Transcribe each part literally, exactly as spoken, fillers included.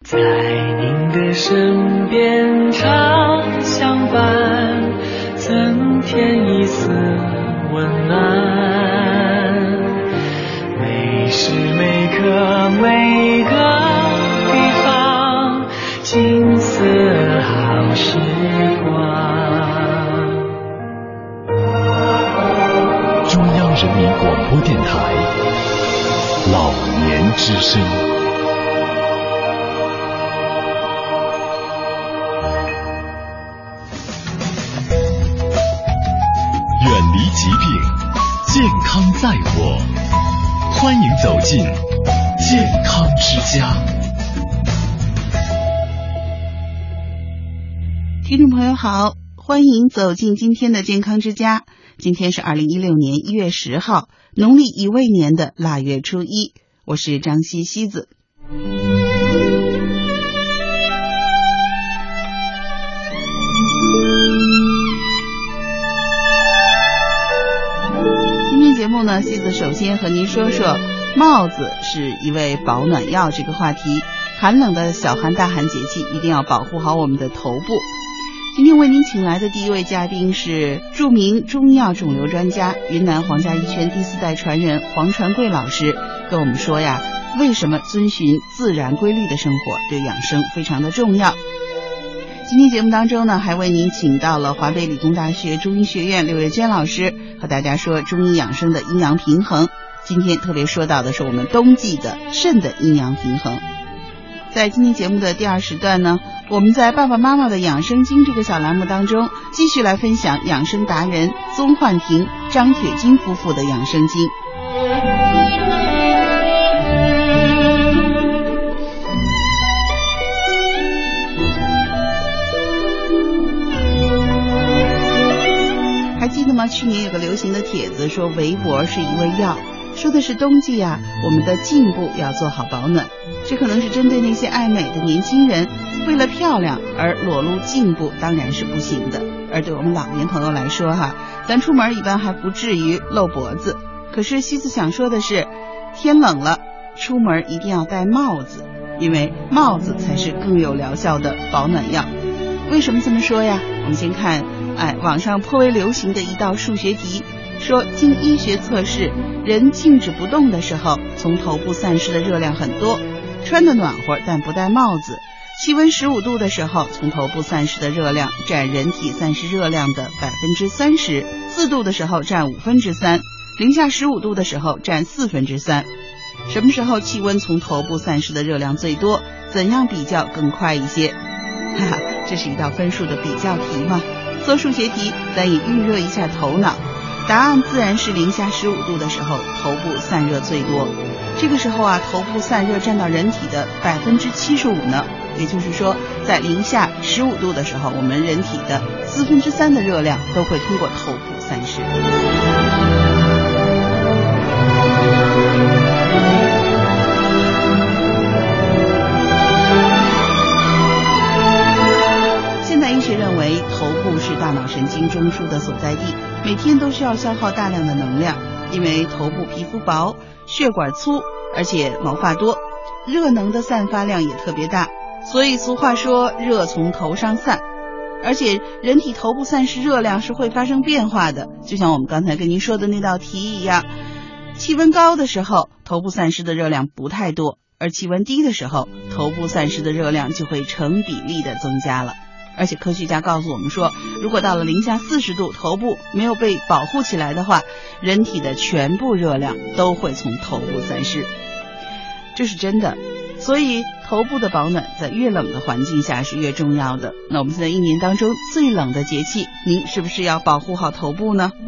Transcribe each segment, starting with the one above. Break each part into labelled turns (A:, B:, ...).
A: 在您的身边常相伴，增添一丝温暖。每时每刻每个地方，金色好时光。
B: 中央人民广播电台老年之声。远离疾病，健康在我。欢迎走进健康之家。
C: 听众朋友好，欢迎走进今天的健康之家。今天是二零一六年一月十号，农历乙未年的腊月初一。我是张西西子。今天节目呢，西子首先和您说说帽子是一味保暖药这个话题。寒冷的小寒大寒节气，一定要保护好我们的头部。今天为您请来的第一位嘉宾是著名中医药肿瘤专家、云南皇家医圈第四代传人黄传贵老师，跟我们说呀，为什么遵循自然规律的生活对养生非常的重要。今天节目当中呢，还为您请到了华北理工大学中医学院刘月娟老师，和大家说中医养生的阴阳平衡。今天特别说到的是我们冬季的肾的阴阳平衡。在今天节目的第二时段呢，我们在爸爸妈妈的养生经这个小栏目当中，继续来分享养生达人宗焕婷、张铁金夫妇的养生经。还记得吗？去年有个流行的帖子说围脖是一味药，说的是冬季啊，我们的颈部要做好保暖。这可能是针对那些爱美的年轻人，为了漂亮而裸露颈部当然是不行的。而对我们老年朋友来说哈，咱出门一般还不至于露脖子。可是西子想说的是，天冷了，出门一定要戴帽子，因为帽子才是更有疗效的保暖药。为什么这么说呀？我们先看哎，网上颇为流行的一道数学题，说经医学测试，人静止不动的时候，从头部散失的热量很多。穿得暖和但不戴帽子，气温十五度的时候，从头部散失的热量占人体散失热量的百分之三十，四度的时候占五分之三，零下十五度的时候占四分之三。什么时候气温从头部散失的热量最多？怎样比较更快一些？哈哈，这是一道分数的比较题嘛。做数学题，咱也预热一下头脑。答案自然是零下十五度的时候，头部散热最多。这个时候啊，头部散热占到人体的百分之七十五呢。也就是说，在零下十五度的时候，我们人体的四分之三的热量都会通过头部散失。现代医学认为，头部是大脑神经中枢的所在地，每天都需要消耗大量的能量。因为头部皮肤薄，血管粗，而且毛发多，热能的散发量也特别大，所以俗话说热从头上散。而且人体头部散失热量是会发生变化的，就像我们刚才跟您说的那道题一样，气温高的时候，头部散失的热量不太多，而气温低的时候，头部散失的热量就会成比例的增加了。而且科学家告诉我们说，如果到了零下四十度，头部没有被保护起来的话，人体的全部热量都会从头部散失。这是真的。所以头部的保暖在越冷的环境下是越重要的。那我们现在一年当中最冷的节气，您是不是要保护好头部呢？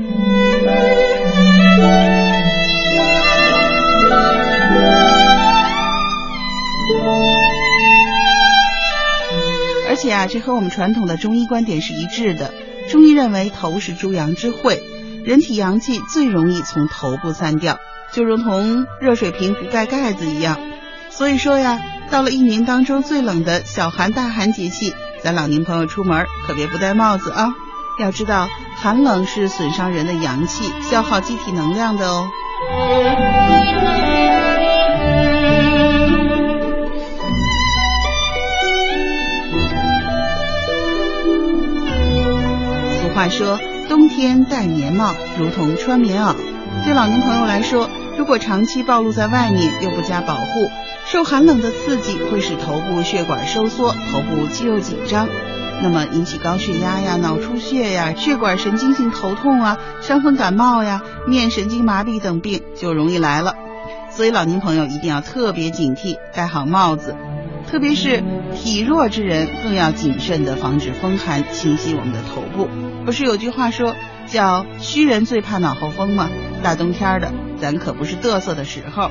C: 而且啊，这和我们传统的中医观点是一致的。中医认为头是诸阳之会，人体阳气最容易从头部散掉，就如同热水瓶不盖盖子一样。所以说呀，到了一年当中最冷的小寒大寒节气，咱老年朋友出门可别不戴帽子啊！要知道，寒冷是损伤人的阳气，消耗机体能量的哦。 话说，冬天戴棉帽如同穿棉袄。对老年朋友来说，如果长期暴露在外面又不加保护，受寒冷的刺激会使头部血管收缩，头部肌肉紧张，那么引起高血压呀、脑出血呀、血管神经性头痛啊、伤风感冒呀、面神经麻痹等病就容易来了。所以老年朋友一定要特别警惕，戴好帽子，特别是体弱之人更要谨慎地防止风寒侵袭我们的头部。不是有句话说叫虚人最怕脑后风吗？大冬天的咱可不是嘚瑟的时候。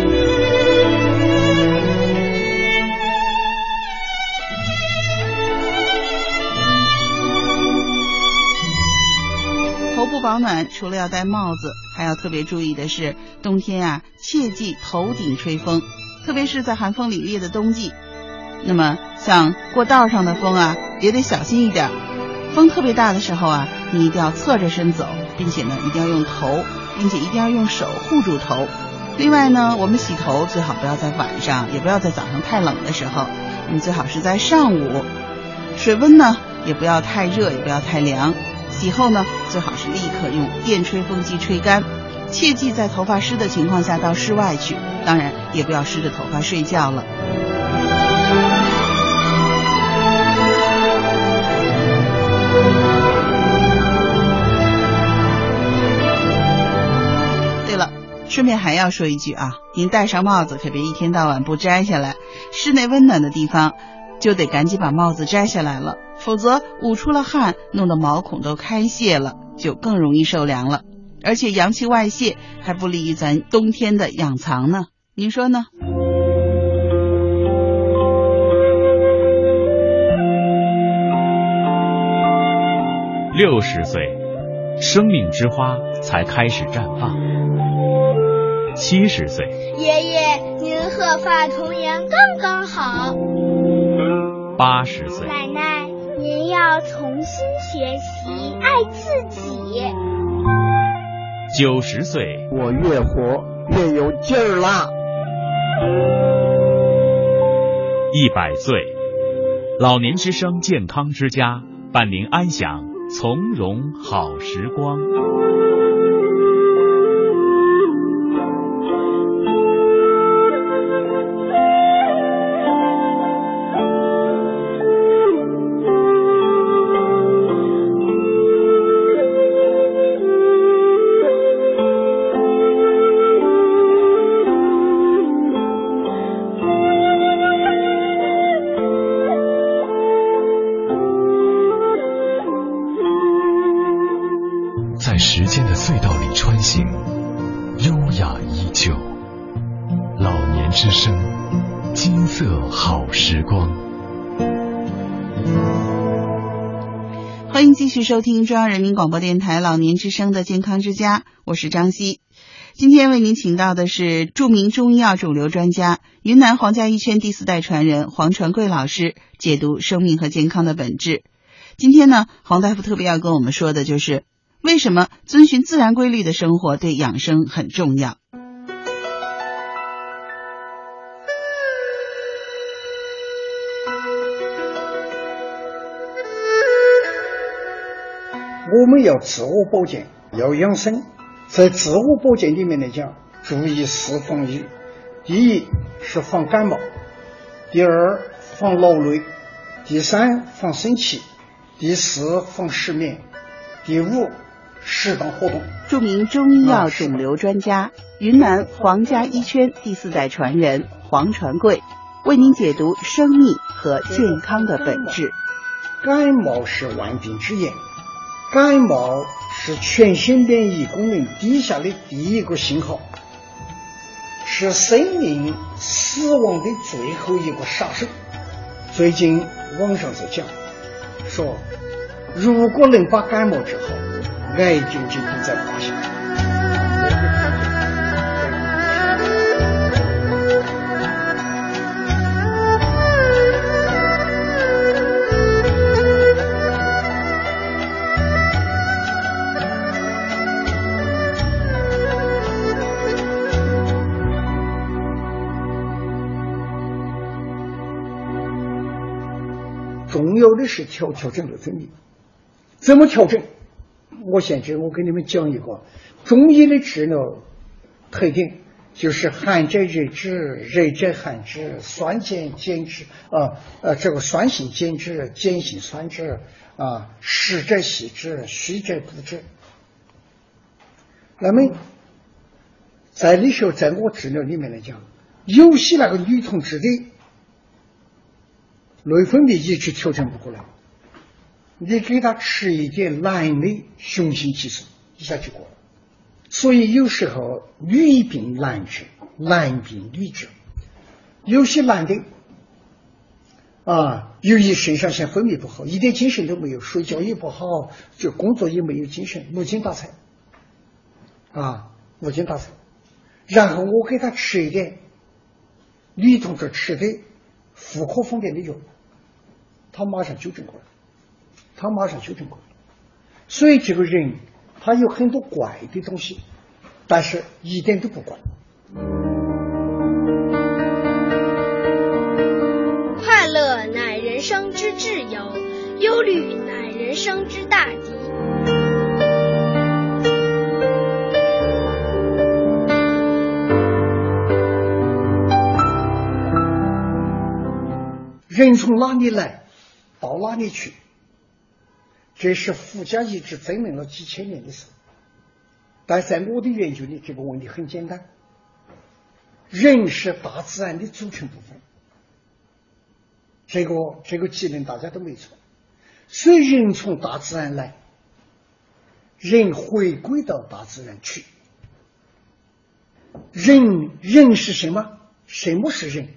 C: 头部保暖除了要戴帽子，还要特别注意的是，冬天啊切忌头顶吹风，特别是在寒风凛冽的冬季。那么像过道上的风啊也得小心一点，风特别大的时候啊，你一定要侧着身走，并且呢一定要用头并且一定要用手护住头。另外呢，我们洗头最好不要在晚上，也不要在早上太冷的时候，你最好是在上午。水温呢也不要太热，也不要太凉。洗后呢，最好是立刻用电吹风机吹干，切记在头发湿的情况下到室外去，当然也不要湿着头发睡觉了。对了，顺便还要说一句啊，您戴上帽子可别一天到晚不摘下来，室内温暖的地方就得赶紧把帽子摘下来了，否则捂出了汗，弄得毛孔都开泄了，就更容易受凉了。而且阳气外泄还不利于咱冬天的养藏呢，您说呢？
B: 六十岁，生命之花才开始绽放。七十岁，
D: 爷爷，您鹤发童颜刚刚好。
B: 八十岁，
D: 奶奶，您要重新学习爱自己。
B: 九十岁，
E: 我越活越有劲儿啦。
B: 一百岁，老年之声健康之家伴您安享从容好时光。
F: 时间的隧道里穿行，优雅依旧。老年之声，金色好时光。
C: 欢迎继续收听中央人民广播电台老年之声的健康之家，我是张希。今天为您请到的是著名中医药肿瘤专家、云南黄家医圈第四代传人黄传贵老师，解读生命和健康的本质。今天呢，黄大夫特别要跟我们说的就是为什么遵循自然规律的生活对养生很重要。
E: 我们要自我保健，要养生。在自我保健里面来讲，注意四防御。第一是防感冒，第二防劳累，第三防生气，第四防失眠，第五适当活动。
C: 著名中医药肿瘤专家、云南黄家医圈第四代传人黄传贵为您解读生命和健康的本质。
E: 感冒是万病之源，感冒是全身免疫功能低下的第一个信号，是生命死亡的最后一个杀手。最近网上在讲说，如果能把感冒治好，癌症就不再发现。重要的是调调整的准备。怎么调整？ 我现在我给你们讲一个中医的治疗特点，就是寒者热止，热者寒止，酸碱碱止啊呃这个酸性碱止，碱性酸止啊，实者细止，虚者补止。那么在里头，在我治疗里面来讲，有些那个女同志的内分泌一直调整不过来，你给她吃一点男的雄性激素，一下就过了。所以有时候女病男治，男病女治。有些男的啊，由于肾上腺分泌不好，一点精神都没有，睡觉也不好，就工作也没有精神，无精打采啊，无精打采。然后我给他吃一点女同志吃的妇科方面的药，他马上纠正过来，他马上纠正过来。所以这个人他有很多怪的东西，但是一点都不怪。
D: 快乐乃人生之至有，忧虑乃人生之大敌。
E: 人从哪里来到哪里去，这是佛家一直争论了几千年的事。但在我的研究里，这个问题很简单，人是大自然的组成部分，这个这个结论大家都没错。所以人从大自然来，人回归到大自然去。人人是什么？什么是人？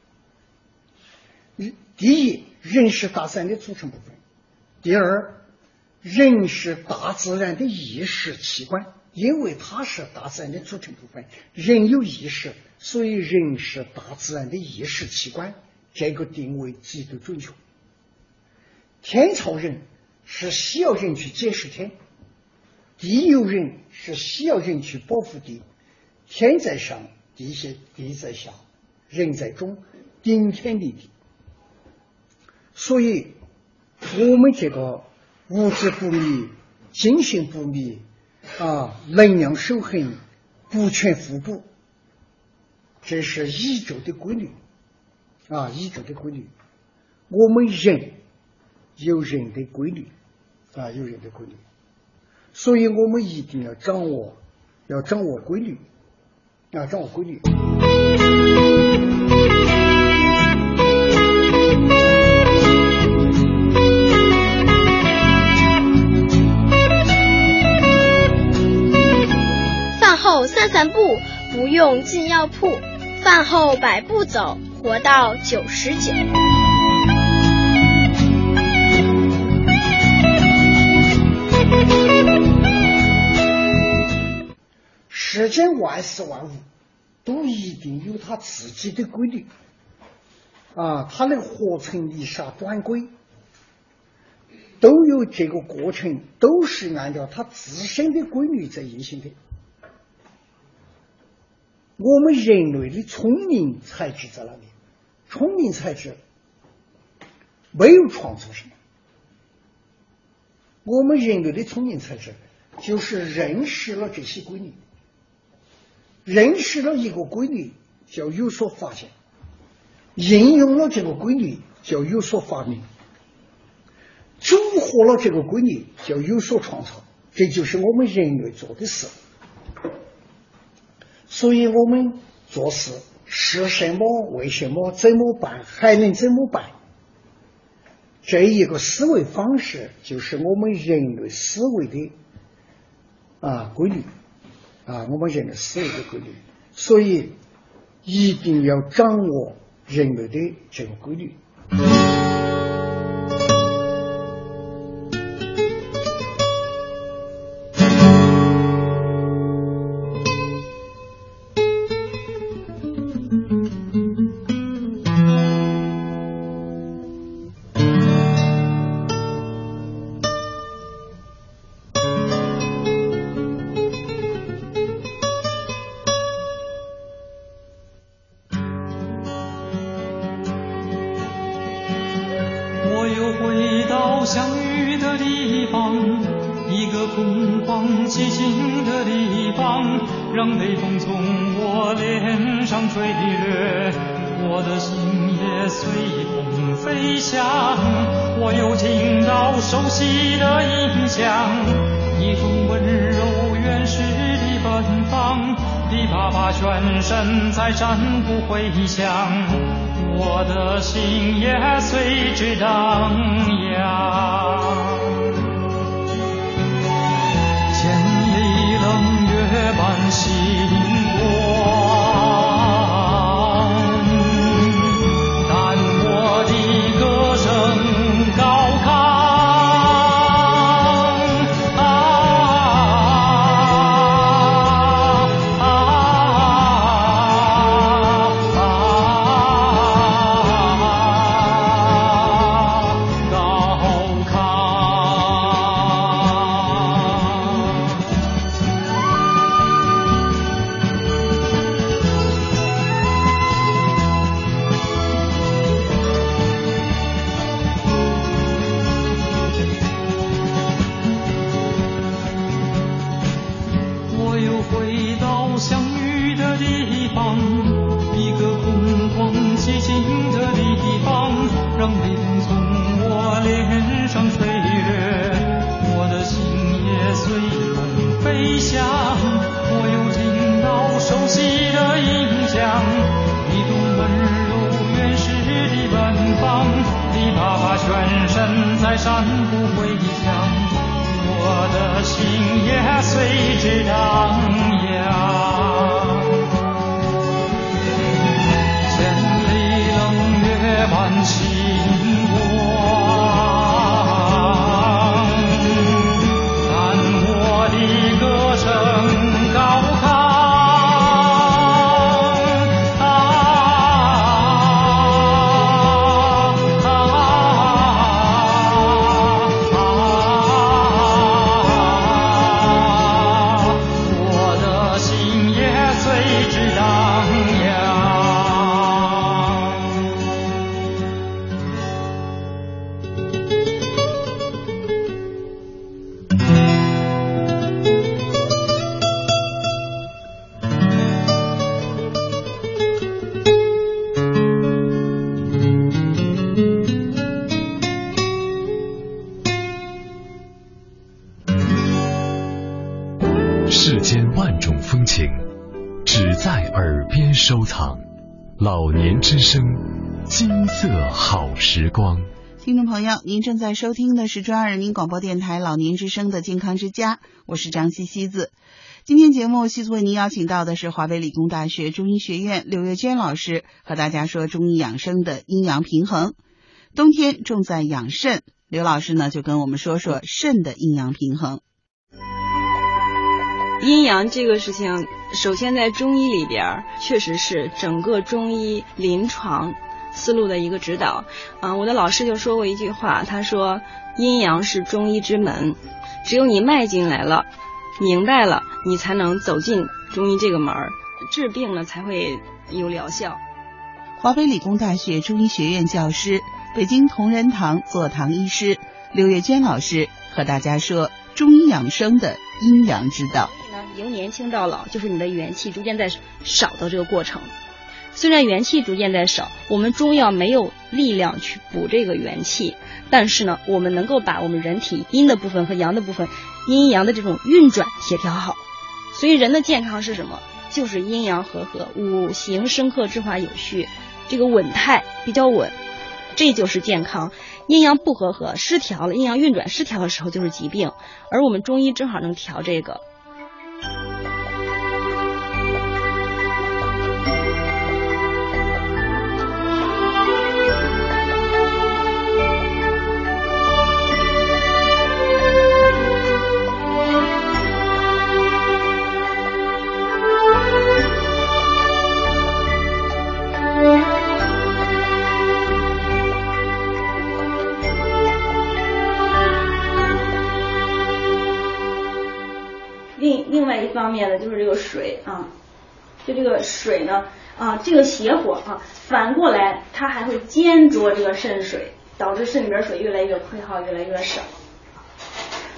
E: 第一，人是大自然的组成部分；第二，人是大自然的意识器官，因为它是大自然的组成部分，人有意识，所以人是大自然的意识器官，这个定位极度准确。天朝人是需要人去解释天，地有人是需要人去保护地，天在上，地下地在下，人在中，顶天立地。所以我们这个物质不密，精神不密啊，能量守恒，不全互补，这是宇宙的规律啊，宇宙的规律。我们人有人的规律啊，有人的规律，所以我们一定要掌握，要掌握规律，要掌握规律。
D: 散散步，不用进药铺，饭后百步走，活到九十九。
E: 世间万事万物都一定有它自己的规律啊，它能活成一刹短规，都有这个过程，都是按照它自身的规律在运行的。我们人类的聪明才智在哪里？聪明才智没有创造什么，我们人类的聪明才智就是认识了这些规律，认识了一个规律叫有所发现，应用了这个规律叫有所发明，组合了这个规律叫有所创造，这就是我们人类做的事。所以我们做事是什么，为什么，怎么办，还能怎么办，这一个思维方式就是我们人类思维的啊规律啊，我们人类思维的规律。所以一定要掌握人类的这个规律。
A: 我又回到相遇的地方， 一个空旷寂静的地方，让北风从我脸上吹掠，我的心也随风飞翔。我又听到熟悉的音响，一种温柔原始的奔放，琵琶把全身在山谷回响，我的心也随之荡漾。千里冷月伴星光，但我的歌声高亢。在山谷回响，我的心也随之荡漾。千里冷月伴星光，但我的歌声高亢。
F: 收藏老年之声，金色好时光。
C: 听众朋友，您正在收听的是中央人民广播电台老年之声的健康之家，我是张西西子。今天节目西子为您邀请到的是华北理工大学中医学院刘月娟老师，和大家说中医养生的阴阳平衡。冬天重在养肾，刘老师呢就跟我们说说肾的阴阳平衡。
G: 阴阳这个事情，首先在中医里边确实是整个中医临床思路的一个指导啊。我的老师就说过一句话，他说阴阳是中医之门，只有你迈进来了，明白了，你才能走进中医这个门，治病了才会有疗效。
C: 华北理工大学中医学院教师、北京同仁堂坐堂医师刘月娟老师和大家说中医养生的阴阳之道。
G: 由年轻到老，就是你的元气逐渐在少的这个过程。虽然元气逐渐在少，我们中药没有力量去补这个元气，但是呢，我们能够把我们人体阴的部分和阳的部分，阴阳的这种运转协调好。所以人的健康是什么？就是阴阳和合，五行生克制化有序，这个稳态比较稳，这就是健康。阴阳不和合，失调了，阴阳运转失调的时候就是疾病，而我们中医正好能调这个。另外一方面呢，就是这个水啊，就这个水呢啊，这个邪火啊，反过来它还会煎灼这个肾水，导致肾里边水越来越亏耗，越来越少。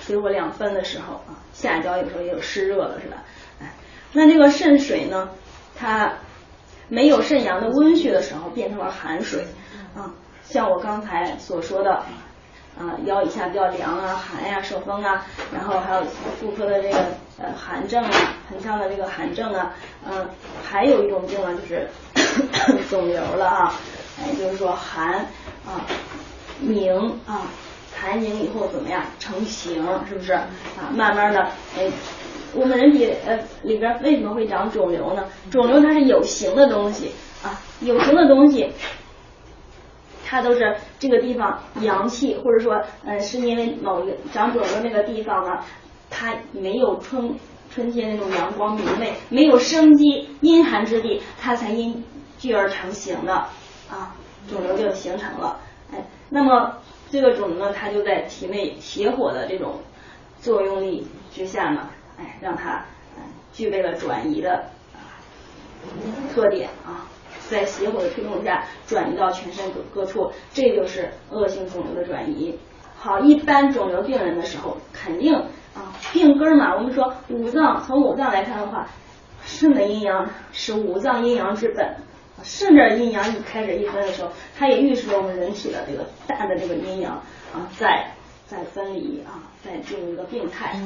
G: 水火两分的时候啊，下焦有时候也有湿热了，是吧？哎，那这个肾水呢，它没有肾阳的温煦的时候，变成了寒水啊。像我刚才所说的啊，腰以下比较凉啊、寒呀、受风啊，然后还有妇科的这个呃寒症啊，盆腔的这个寒症啊，嗯、呃，还有一种病呢，就是肿瘤了啊，哎，就是说寒啊凝啊。寒凝以后怎么样成形，是不是啊？慢慢的，哎，我们人体呃里边为什么会长肿瘤呢？肿瘤它是有形的东西啊，有形的东西，它都是这个地方阳气，或者说呃是因为某一个长肿瘤那个地方呢，它没有春春天那种阳光明媚，没有生机，阴寒之地，它才因聚而成形的啊，肿瘤就形成了。哎，那么这个肿瘤呢，它就在体内邪火的这种作用力之下呢，哎，让它、呃、具备了转移的、呃、特点啊，在邪火的推动下转移到全身各各处，这就是恶性肿瘤的转移。好，一般肿瘤病人的时候，肯定啊，病根嘛，我们说五脏，从五脏来看的话，肾的阴阳是五脏阴阳之本。肾这阴阳一开始一分的时候，它也预示着我们人体的这个大的这个阴阳啊，在在分离啊，在进入一个病态。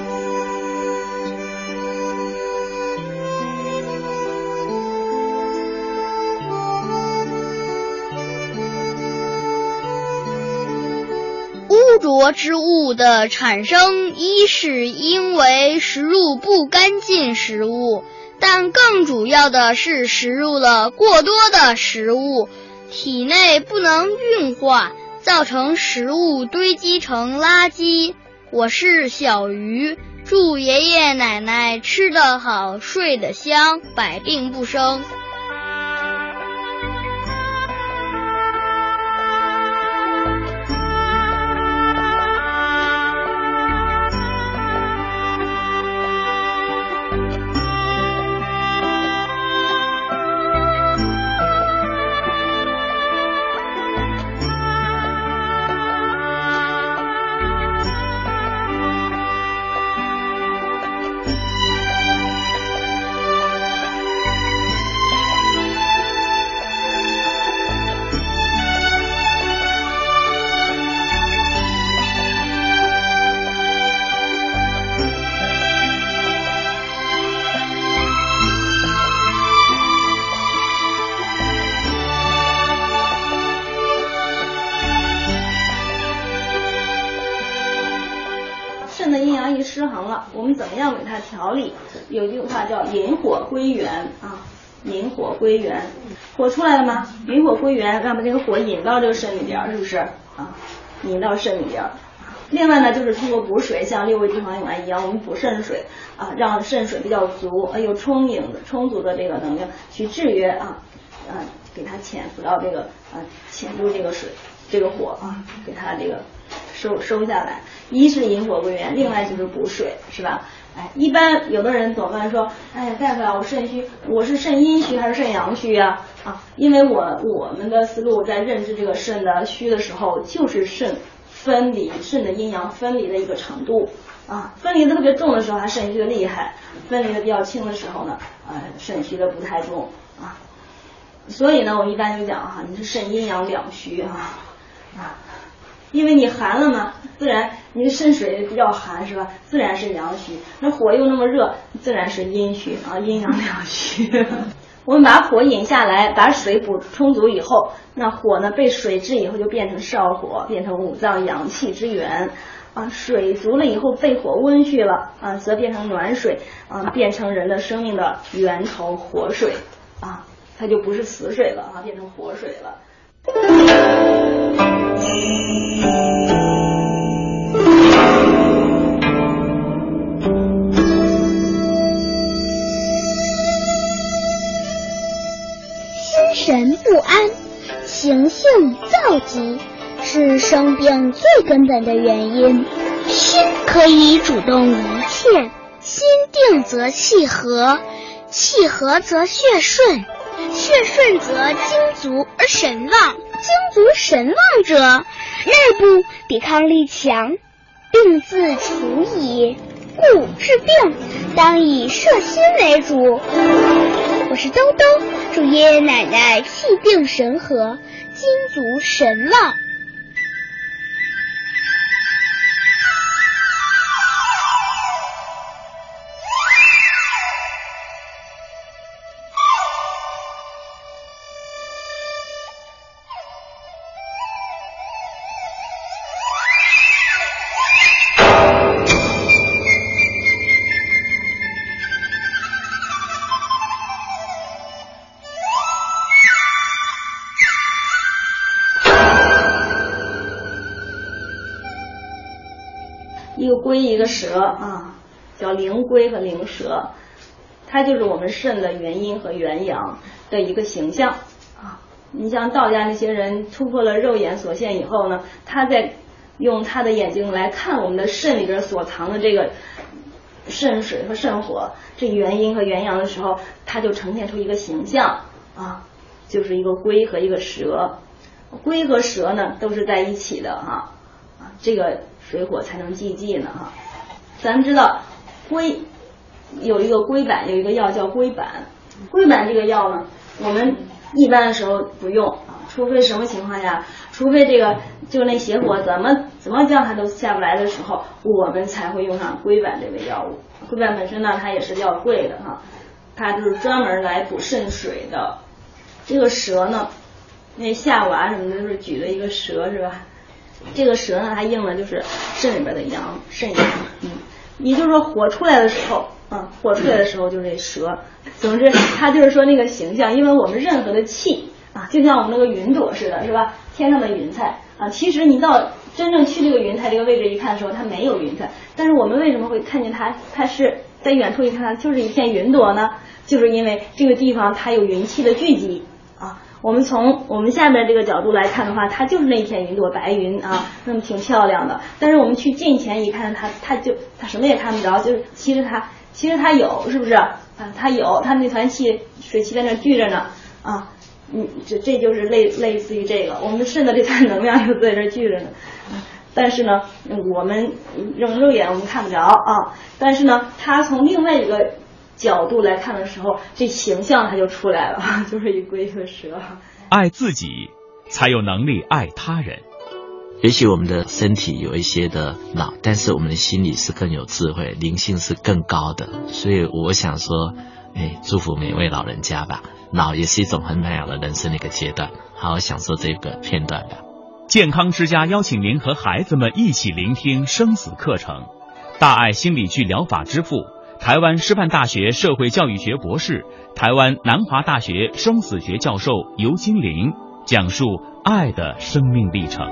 D: 污浊之物的产生，一是因为食入不干净食物，但更主要的是食入了过多的食物，体内不能运化，造成食物堆积成垃圾。我是小鱼，祝爷爷奶奶吃得好，睡得香，百病不生。
G: 失衡了，我们怎么样给它调理？有句话叫引火归元啊，引火归元，火出来了吗？引火归元，让把这个火引到这个肾里边，是不是啊？引到肾里边。另外呢，就是通过补水，像六味地黄丸一样，我们补肾水啊，让肾水比较足，呃，有充盈的、充足的这个能量去制约啊，啊，给它潜伏到这个啊，潜住这个水，这个火啊，给它这个收收下来。一是引火归元，另外就是补水，是吧？哎，一般有的人总问说，哎呀，大夫啊，我肾虚，我是肾阴虚还是肾阳虚啊？啊，因为我我们的思路在认知这个肾的虚的时候，就是肾分离，肾的阴阳分离的一个程度啊，分离的特别重的时候，它肾虚的厉害；分离的比较轻的时候呢，呃，肾虚的不太重啊。所以呢，我一般就讲哈、啊，你是肾阴阳两虚啊啊。因为你寒了嘛，自然你的肾水比较寒，是吧？自然是阳虚。那火又那么热，自然是阴虚啊，阴阳两虚。我们把火引下来，把水补充足以后，那火呢被水治以后就变成少火，变成五脏阳气之源啊。水足了以后被火温煦了啊，则变成暖水啊，变成人的生命的源头活水啊，它就不是死水了啊，变成活水了。
D: 心神不安，情性躁急，是生病最根本的原因。心可以主动一切，心定则气和，气和则血顺，血顺则精足而神旺，精足神旺者，内部抵抗力强， 病自除矣，故治病当以摄心为主。我是兜兜，祝爷爷奶奶气定神和，筋足神旺。
G: 一个龟一个蛇啊，叫灵龟和灵蛇，它就是我们肾的元阴和元阳的一个形象啊。你像道家那些人突破了肉眼所见以后呢，他在用他的眼睛来看我们的肾里边所藏的这个肾水和肾火，这元阴和元阳的时候，它就呈现出一个形象啊，就是一个龟和一个蛇。龟和蛇呢都是在一起的哈啊，这个水火才能济济呢哈。咱们知道龟有一个龟板，有一个药叫龟板。龟板这个药呢，我们一般的时候不用啊，除非什么情况下，除非这个就那邪火怎么怎么叫它都下不来的时候，我们才会用上龟板这味药物。龟板本身呢，它也是要贵的哈，它就是专门来补肾水的。这个蛇呢，那夏娃什么的都是举了一个蛇是吧？这个蛇呢，它应了就是肾里边的阳，肾阳。嗯，也就是说火出来的时候，嗯，火出来的时候就是这蛇。总之，它就是说那个形象，因为我们任何的气啊，就像我们那个云朵似的，是吧？天上的云彩啊，其实你到真正去这个云彩这个位置一看的时候，它没有云彩，但是我们为什么会看见它？它是在远处一看，它就是一片云朵呢？就是因为这个地方它有云气的聚集啊。我们从我们下面这个角度来看的话，它就是那片云朵，白云啊，那么挺漂亮的。但是我们去近前一看，它它就它什么也看不着，就是其实它其实它有，是不是啊？它有，它那团气水气在那聚着呢啊。嗯，这这就是类类似于这个，我们肾的这团能量就在这聚着呢。但是呢，我们用肉眼我们看不着啊。但是呢，它从另外一个角度来看的时候，这形象它就出来了，就是一龟和蛇。
B: 爱自己，才有能力爱他人。
H: 也许我们的身体有一些的脑，但是我们的心理是更有智慧，灵性是更高的。所以我想说，哎，祝福每位老人家吧。老也是一种很美好的人生的一个阶段，好好享受这个片段吧。
B: 健康之家邀请您和孩子们一起聆听生死课程。大爱心理剧疗法之父，台湾师范大学社会教育学博士，台湾南华大学生死学教授尤金玲讲述爱的生命历程。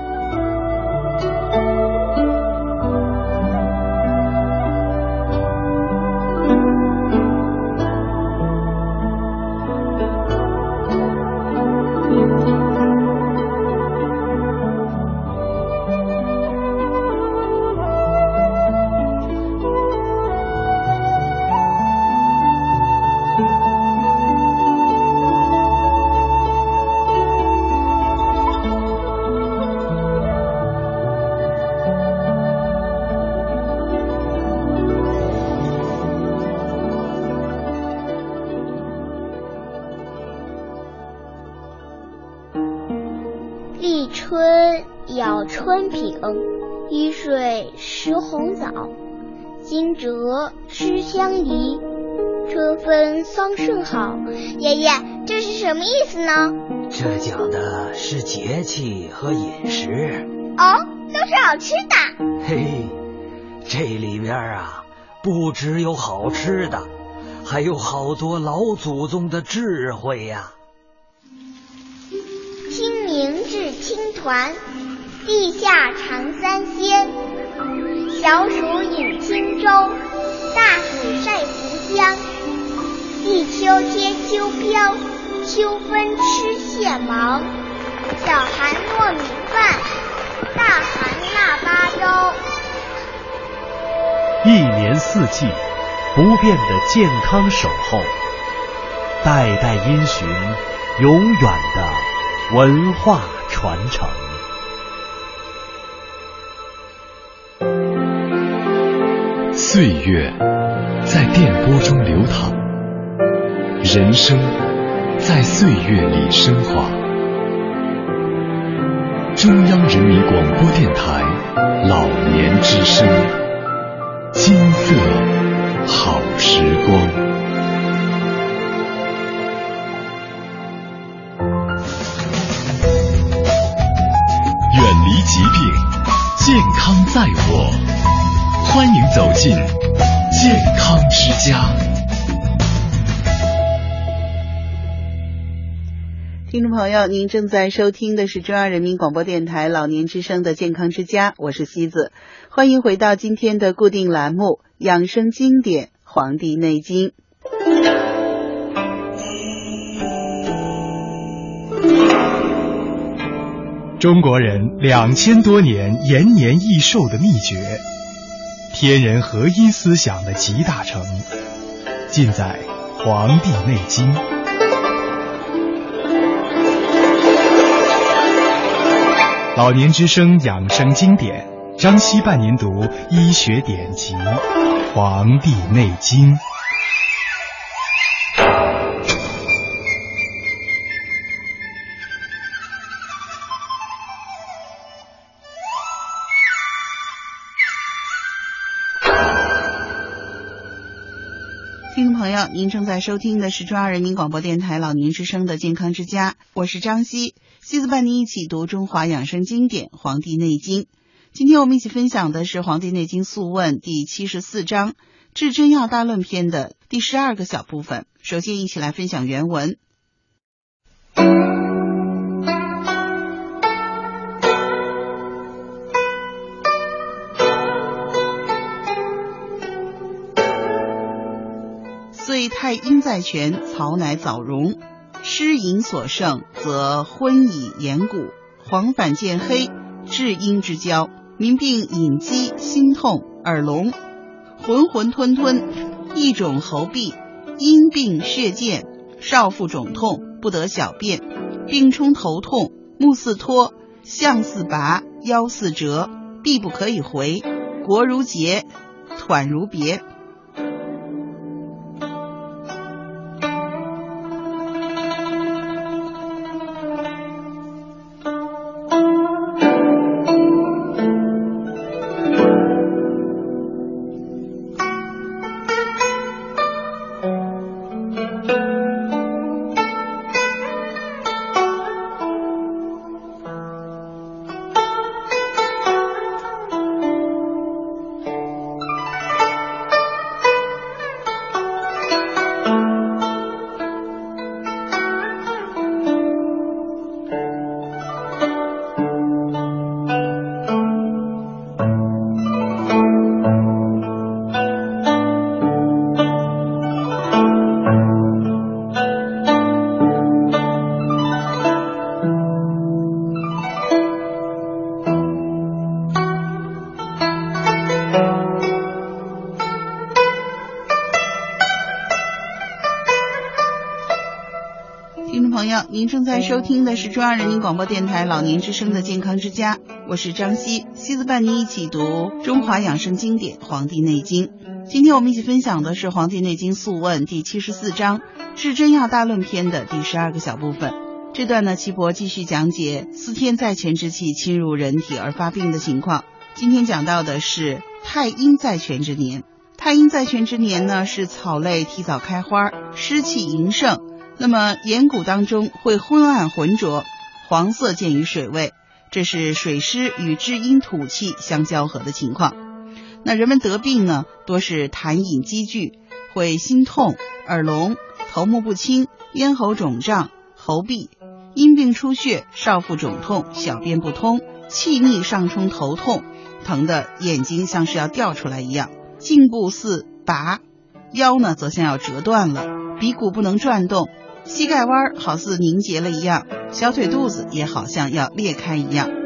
D: 立春咬春饼，雨水食红枣，惊蛰吃香梨，春分桑葚好。爷爷，这是什么意思呢？
I: 这讲的是节气和饮食。
D: 哦，都是好吃的。
I: 嘿，这里边啊，不只有好吃的，还有好多老祖宗的智慧呀、啊。
D: 听明志听团，地下常三仙。小暑饮轻舟，大暑晒浮江。立秋贴秋膘，秋分吃蟹毛。小寒糯米饭，大寒腊八粥。
J: 一年四季不变的健康守候，代代因循，永远的文化传承。
F: 岁月在电波中流淌，人生在岁月里升华。中央人民广播电台老年之声，金色好时光。远离疾病，健康在我。欢迎走进健康之家。
C: 听众朋友，您正在收听的是中央人民广播电台老年之声的健康之家，我是西子，欢迎回到今天的固定栏目养生经典《黄帝内经》。
K: 中国人两千多年延年益寿的秘诀，天人合一思想的集大成，尽在《黄帝内经》。老年之声养生经典，张希伴您读医学典籍《黄帝内经》。
C: 听众朋友，您正在收听的是中央人民广播电台老年之声的健康之家，我是张希，西子伴您一起读中华养生经典《黄帝内经》。今天我们一起分享的是《黄帝内经素问》第七十四章治真药大论篇的第十二个小部分。首先一起来分享原文。遂太阴在泉，曹乃早荣。湿饮所盛，则昏以眼骨，黄疸见黑，至阴之交。民病隐积，心痛，耳聋，浑浑吞吞，一种喉痹，阴病血见，少腹肿痛，不得小便，病冲头痛，目似脱，项似拔，腰似折，臂不可以回，腘如结，喘如别。您正在收听的是中央人民广播电台老年之声的健康之家，我是张希，西子伴您一起读中华养生经典《黄帝内经》。今天我们一起分享的是《黄帝内经素问》第七十四章治真药大论篇的第十二个小部分。这段呢，岐伯继续讲解司天在泉之气侵入人体而发病的情况。今天讲到的是太阴在泉之年。太阴在泉之年呢，是草类提早开花，湿气盈盛，那么眼骨当中会昏暗浑浊，黄色见于水位，这是水湿与至阴土气相交合的情况。那人们得病呢，多是痰饮积聚，会心痛、耳聋、头目不清、咽喉肿胀、喉痹，阴病出血，少腹肿痛，小便不通，气逆上冲头痛，疼的眼睛像是要掉出来一样，颈部似拔，腰呢则像要折断了，鼻骨不能转动，膝盖弯好似凝结了一样，小腿肚子也好像要裂开一样。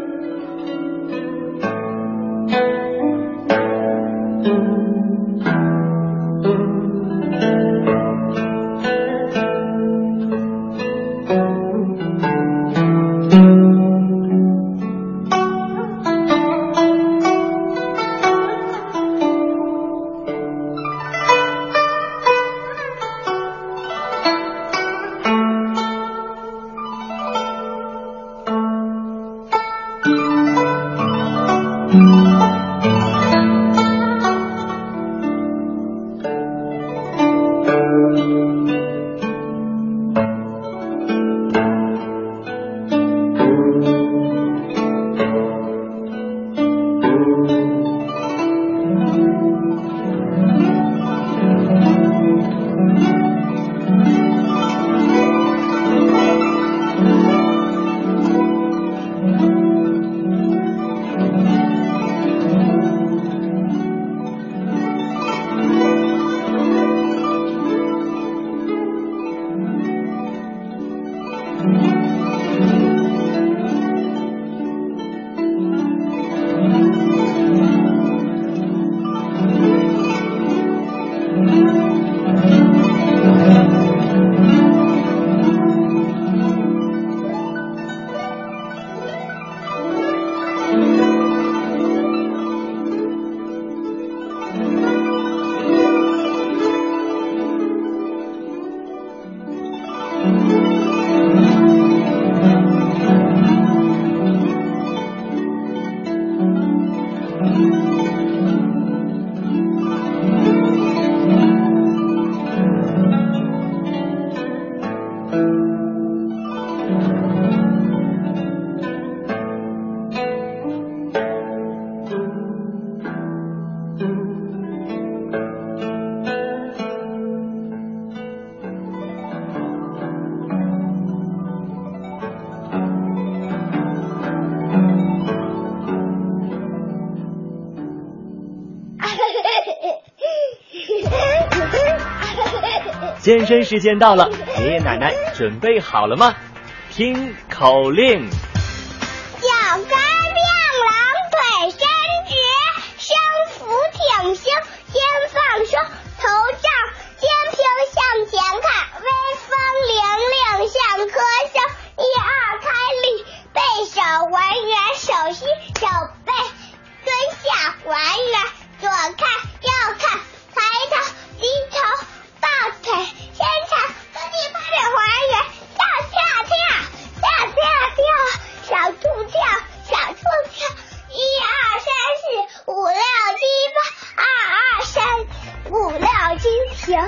L: 健身时间到了，爷爷奶奶准备好了吗？听口令：
M: 脚跟亮郎腿伸直，身扶挺胸，肩放松，头上肩平向前看，微风凛凛像棵松。一二开立，背手还原，手心手背蹲下还原，左看右看，抬头低头抱腿伸长，各地八点还原，跳跳跳跳跳跳，小兔跳小兔跳，一二三四五六七八，二二三五六七停。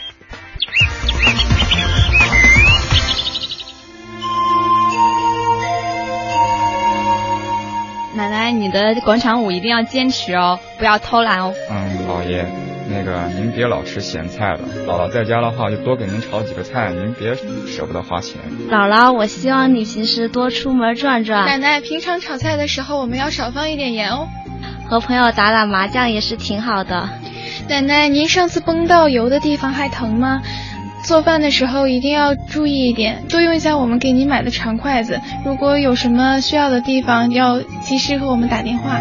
N: 奶奶，你的广场舞一定要坚持哦，不要偷懒哦。
O: 嗯，老爷，那个您别老吃咸菜了，姥姥在家的话就多给您炒几个菜，您别舍不得花钱。
P: 姥姥，我希望你平时多出门转转。
Q: 奶奶，平常炒菜的时候我们要少放一点盐哦。
P: 和朋友打打麻将也是挺好的。
Q: 奶奶，您上次崩到油的地方还疼吗？做饭的时候一定要注意一点，多用一下我们给您买的长筷子。如果有什么需要的地方，要及时和我们打电话。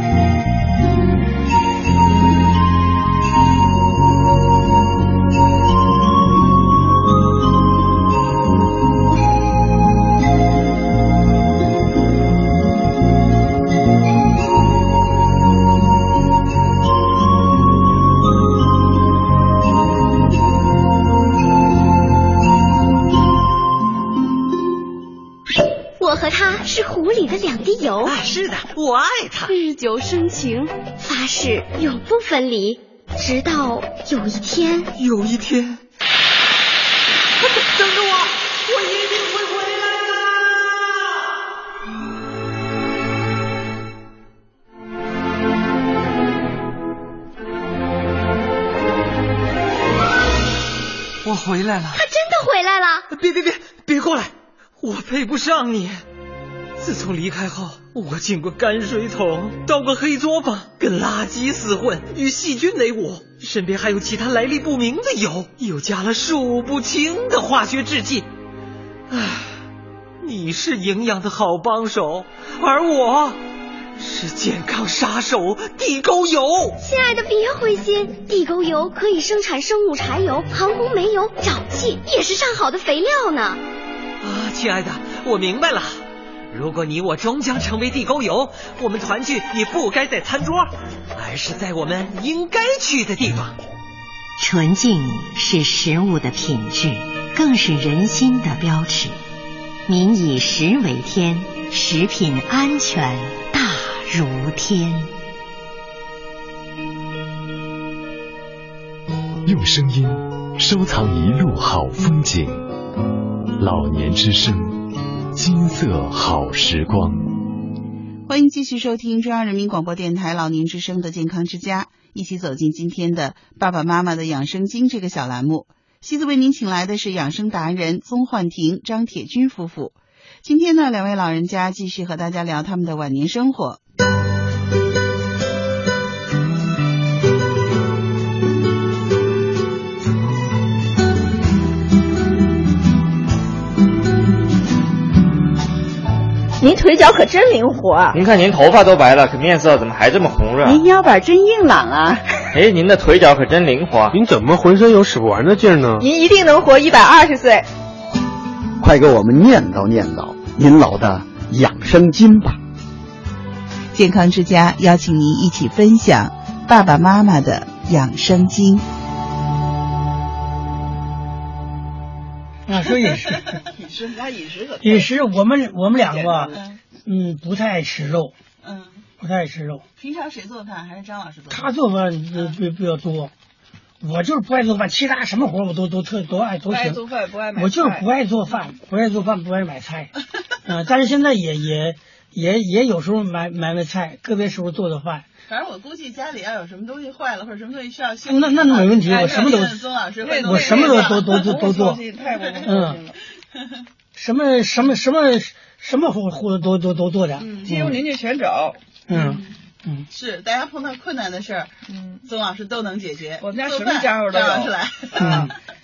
R: 和他是湖里的两滴油
I: 啊，是的，我爱他，
R: 日久生情，发誓永不分离，直到有一天，
I: 有一天，等着我，我一定会回来的。我回来了，
R: 他真的回来了！
I: 别别别，别过来，我配不上你。自从离开后，我进过泔水桶，到过黑作坊，跟垃圾厮混，与细菌为伍，身边还有其他来历不明的油，又加了数不清的化学制剂。唉，你是营养的好帮手，而我是健康杀手地沟油。
R: 亲爱的，别灰心，地沟油可以生产生物柴油、航空煤油、沼气，也是上好的肥料呢。
I: 啊，亲爱的，我明白了。如果你我终将成为地沟油，我们团聚也不该在餐桌，而是在我们应该去的地方。
S: 纯净是食物的品质，更是人心的标尺。民以食为天，食品安全大如天。
F: 用声音收藏一路好风景，老年之声，金色好时光。
C: 欢迎继续收听中央人民广播电台老年之声的健康之家，一起走进今天的爸爸妈妈的养生经这个小栏目。西子为您请来的是养生达人宗焕婷、张铁军夫妇。今天呢，两位老人家继续和大家聊他们的晚年生活。
T: 您腿脚可真灵活，
U: 您看您头发都白了，可面色怎么还这么红热？
T: 您腰板真硬朗啊！
U: 哎，您的腿脚可真灵活，
V: 您怎么浑身有使不完的劲儿呢？
T: 您一定能活一百二十岁。
W: 快给我们念叨念叨您老的养生经吧。
C: 健康之家邀请您一起分享爸爸妈妈的养生经。
X: 啊，说饮食，
C: 饮食，他饮食可
X: 饮食，我们我们两个，嗯，不太爱吃肉，
C: 嗯，
X: 不太爱吃肉。
C: 平常谁做饭？还是张老师做饭？
X: 他做饭比比较多，我就是不爱做饭，其他什么活我都都特都爱都行。
C: 不爱做饭，不爱买菜。
X: 我就是不爱做饭，不爱做饭，不爱买菜。啊、呃，但是现在也也也也有时候买买买菜，个别时候做做饭。
C: 反正我估计家里要有什么东西坏了或者什么东西需要修，
X: 那那没问题，我什么都我什么都都都都都做。嗯，什么什么什么什么活活都都都做点。
C: 嗯，街坊邻居全找。
X: 嗯嗯，
C: 是大家碰到困难的事儿，嗯，宗老师都能解决。
T: 我们家什么家伙都有。
C: 张老师来。
X: 嗯，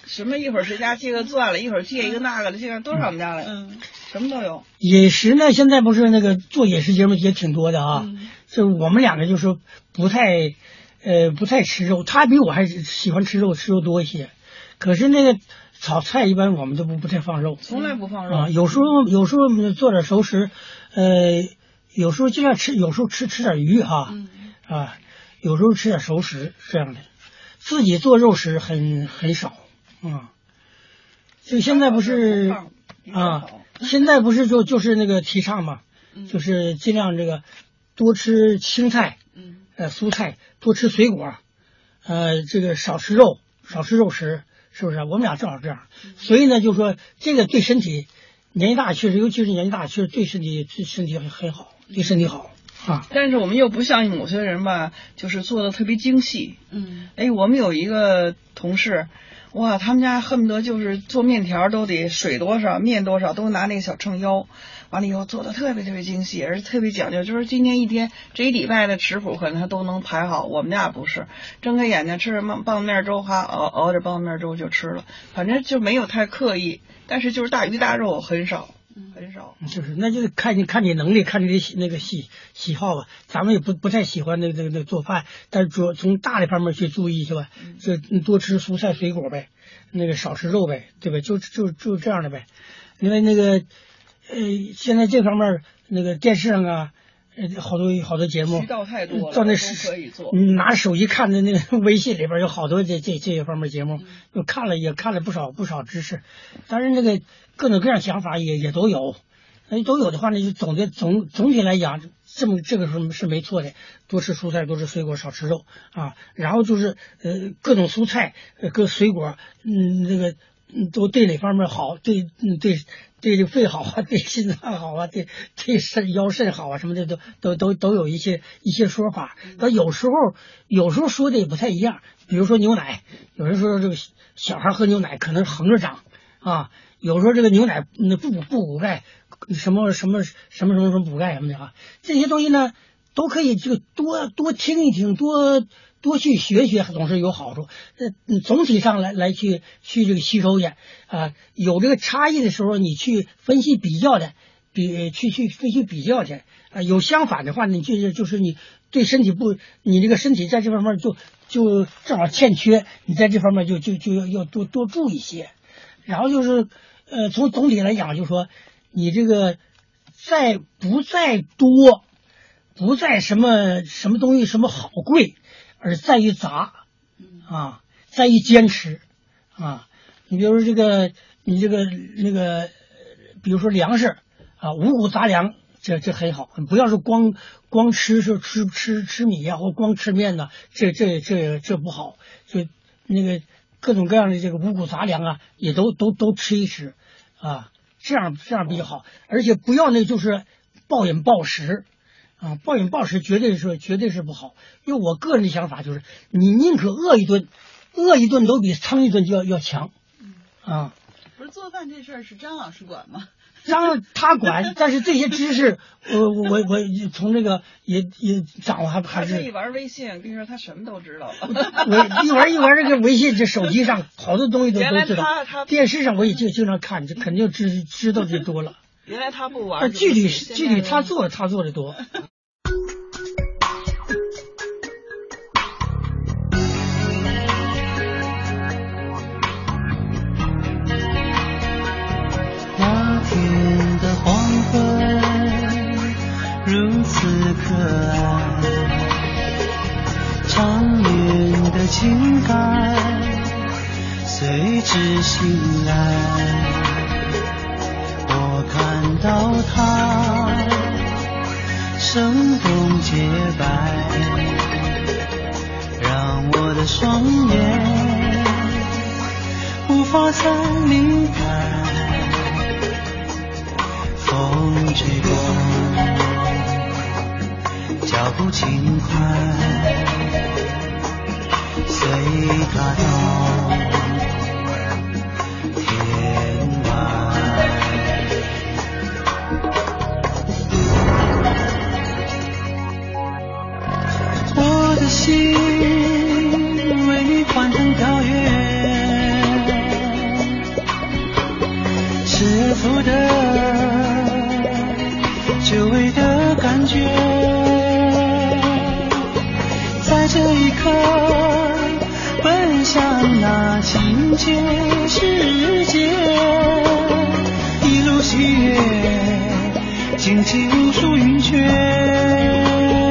A: 什么一会儿谁家借个钻了，一会儿借一个那个的，现在都是我们家了，嗯，什么都有。
X: 饮食呢，现在不是那个做饮食节目也挺多的啊，嗯、就我们两个就是不太呃不太吃肉，他比我还喜欢吃肉，吃肉多一些。可是那个炒菜一般我们都不不太放肉，
A: 从来不放肉
X: 啊。有时候有时候做点熟食，呃，有时候尽量吃，有时候吃吃点鱼哈，嗯、啊，有时候吃点熟食这样的。自己做肉食很很少啊。就现在不是啊，现在不是就就是那个提倡嘛，嗯、就是尽量这个多吃青菜，嗯，呃，蔬菜，多吃水果，呃，这个少吃肉，少吃肉食。是不是？我们俩正好这样，所以呢，就说这个对身体，年纪大确实，尤其是年纪大，确实对身体对身体很很好，对身体好啊。
A: 但是我们又不像某些人吧，就是做的特别精细。嗯，哎，我们有一个同事，哇，他们家恨不得就是做面条都得水多少，面多少，都拿那个小秤腰。完了以后做的特别特别精细，而且特别讲究，就是今天一天这一礼拜的食谱可能他都能排好。我们家不是，睁开眼睛吃着棒棒面粥，哈熬熬着棒面粥就吃了，反正就没有太刻意，但是就是大鱼大肉很少，很少。
X: 就是那就是看你看你能力，看你的那个喜喜好吧。咱们也不不太喜欢那个那个那个做饭，但是主要从大的方面去注意是吧？就多吃蔬菜水果呗，那个少吃肉呗，对吧？就就就这样的呗，因为那个。呃，现在这方面那个电视上啊，呃，好多好多节目，
A: 渠道太多了，
X: 到那
A: 可以做。
X: 嗯，拿着手机看的那个微信里边有好多这这这些方面节目，又、嗯、看了也看了不少不少知识，当然那个各种各样想法也也都有，哎，都有的话呢，就总的总总体来讲，这么这个是是没错的，多吃蔬菜，多吃水果，少吃肉啊。然后就是呃各种蔬菜，呃各水果，嗯那个。嗯，都对哪方面好？对，嗯，对，对这肺好啊，对心脏好啊，对对肾腰肾好啊，什么的都都都都有一些一些说法。但有时候有时候说的也不太一样。比如说牛奶，有人说这个小孩喝牛奶可能横着长啊，有时候这个牛奶那不不补钙，什么什么什么什么什么补钙什么的啊，这些东西呢都可以这个多多听一听，多。多去学学总是有好处，呃，总体上来来去去这个吸收去啊，有这个差异的时候，你去分析比较的，比去去分析比较去啊，有相反的话，你就是就是你对身体不，你这个身体在这方面就就正好欠缺，你在这方面就就就要要多多注意一些，然后就是呃，从总体来讲，就说你这个再不再多，不再什么什么东西什么好贵。而在于杂，啊，在于坚持，啊，你比如说这个，你这个那个，比如说粮食啊，五谷杂粮，这这很好。不要是光光吃是吃吃吃米呀、啊，或光吃面呢，这这这这不好。就那个各种各样的这个五谷杂粮啊，也都都都吃一吃，啊，这样这样比较好。而且不要那就是暴饮暴食。啊，暴饮暴食绝对是绝对是不好，因为我个人的想法就是，你宁可饿一顿，饿一顿都比撑一顿就要要强，啊。
C: 不是做饭这事儿是张老师管吗？
X: 张他管，但是这些知识，我我我从这个也也掌握还还是。
A: 他一玩微信，跟你说他什么都知道。
X: 我一玩一玩这个微信，这手机上好多东西都都知道。
A: 他他
X: 电视上我也经经常看，这肯定知知道的多了。
A: 原来他不玩，
X: 具体具体他做他做的多。
E: 那天的黄昏如此可爱，长远的情感随之醒来。看到他生动洁白，让我的双眼无法再离开。风吹过，脚步轻快，随他到天外。心为你欢腾跳跃， 福的久违的感觉，在这一刻奔向那清洁世界，一路喜悦惊起无数云雀。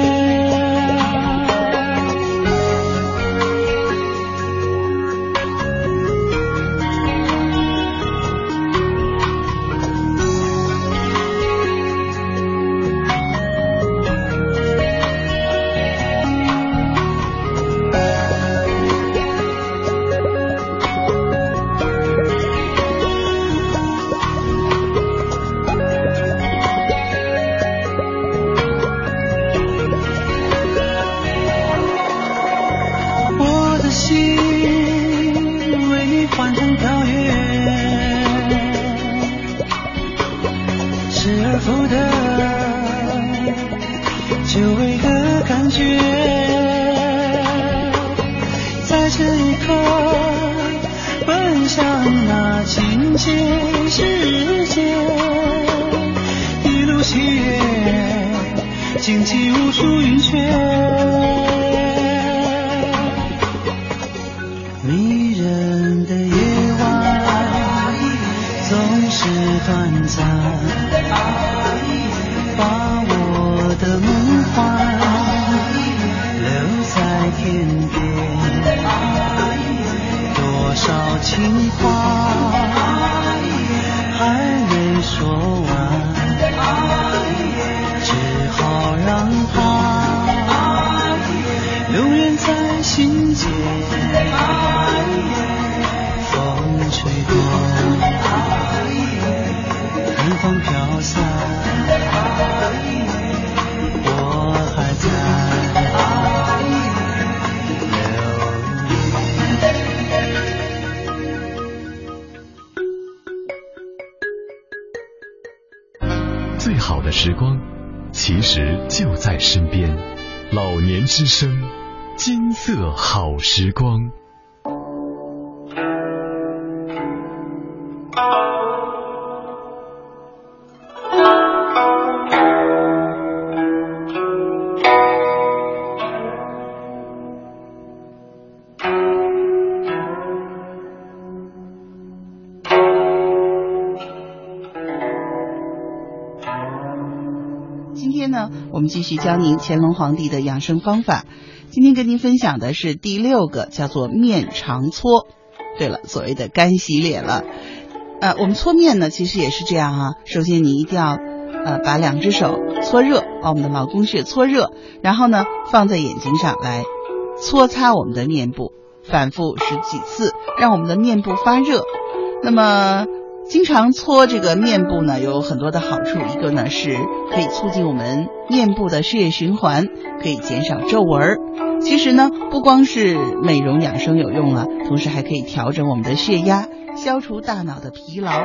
E: 惊起无数云雀，迷人的夜晚总是短暂，把我的梦幻留在天边，多少情话还没说完，让它永远在心间，风吹过，寒风飘散，我还在
F: 留恋。最好的时光其实就在身边，老年之声，金色好时光。
C: 我们继续教您乾隆皇帝的养生方法。今天跟您分享的是第六个，叫做面长搓。对了，所谓的干洗脸了。呃，我们搓面呢，其实也是这样啊。首先你一定要呃把两只手搓热，把我们的劳宫穴搓热，然后呢放在眼睛上来搓擦我们的面部，反复十几次，让我们的面部发热。那么经常搓这个面部呢，有很多的好处。一个呢是可以促进我们面部的血液循环，可以减少皱纹。其实呢，不光是美容养生有用啊，同时还可以调整我们的血压，消除大脑的疲劳。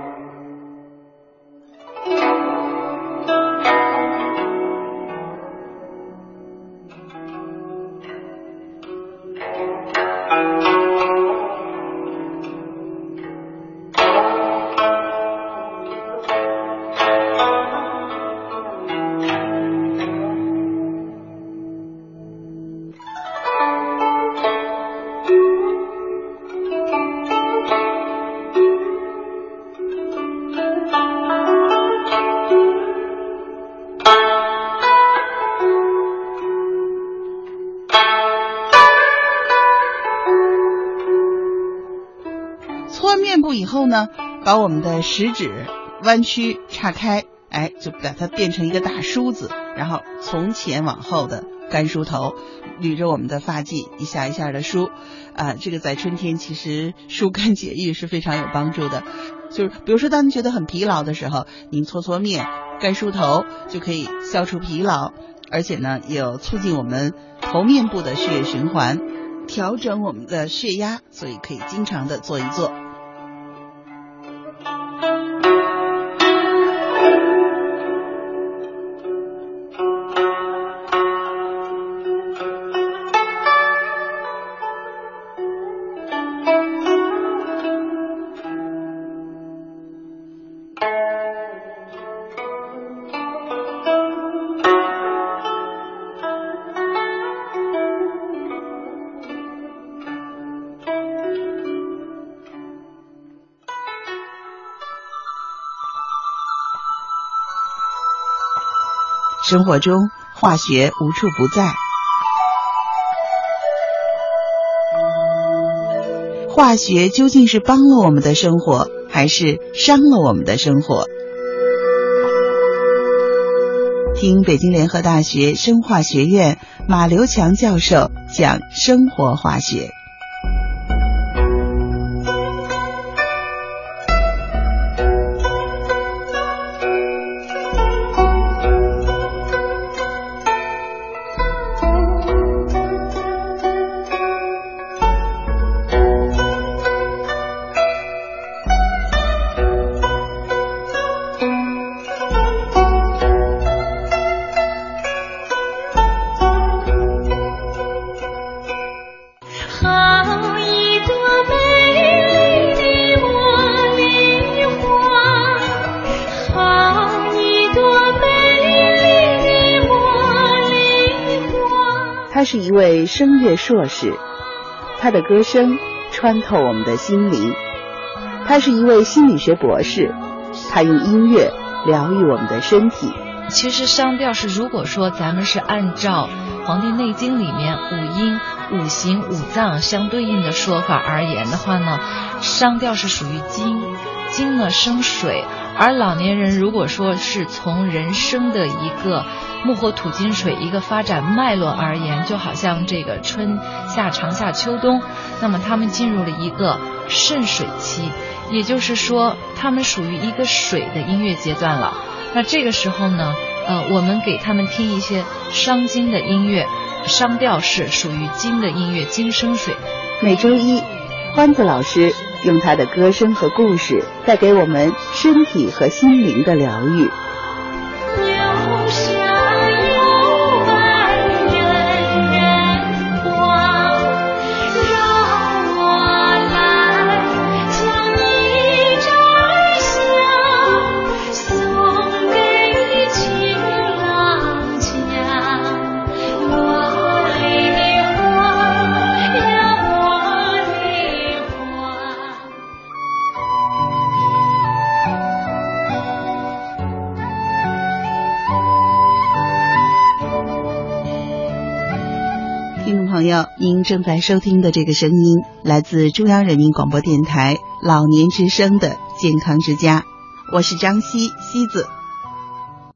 C: 以后呢，把我们的食指弯曲岔开，哎，就把它变成一个大梳子，然后从前往后的干梳头，捋着我们的发髻一下一下的梳，啊、呃，这个在春天其实疏肝解郁是非常有帮助的。就是比如说当您觉得很疲劳的时候，您搓搓面、干梳头就可以消除疲劳，而且呢也有促进我们头面部的血液循环，调整我们的血压，所以可以经常的做一做。 生活中化学无处不在。化学究竟是帮了我们的生活，还是伤了我们的生活？听北京联合大学生化学院马刘强教授讲生活化学。他是一位声乐硕士，他的歌声穿透我们的心灵。他是一位心理学博士，他用音乐疗愈我们的身体。
B: 其实商调是，如果说咱们是按照《黄帝内经》里面五音、五行、五脏相对应的说法而言的话呢，商调是属于金，金呢生水，而老年人如果说是从人生的一个木火土金水一个发展脉络而言，就好像这个春夏长夏秋冬，那么他们进入了一个肾水期，也就是说他们属于一个水的音乐阶段了。那这个时候呢呃，我们给他们听一些商金的音乐，商调是属于金的音乐，金生水。
C: 每周一，欢子老师用他的歌声和故事带给我们身体和心灵的疗愈。朋友，您正在收听的这个声音来自中央人民广播电台老年之声的健康之家，我是张希，希子。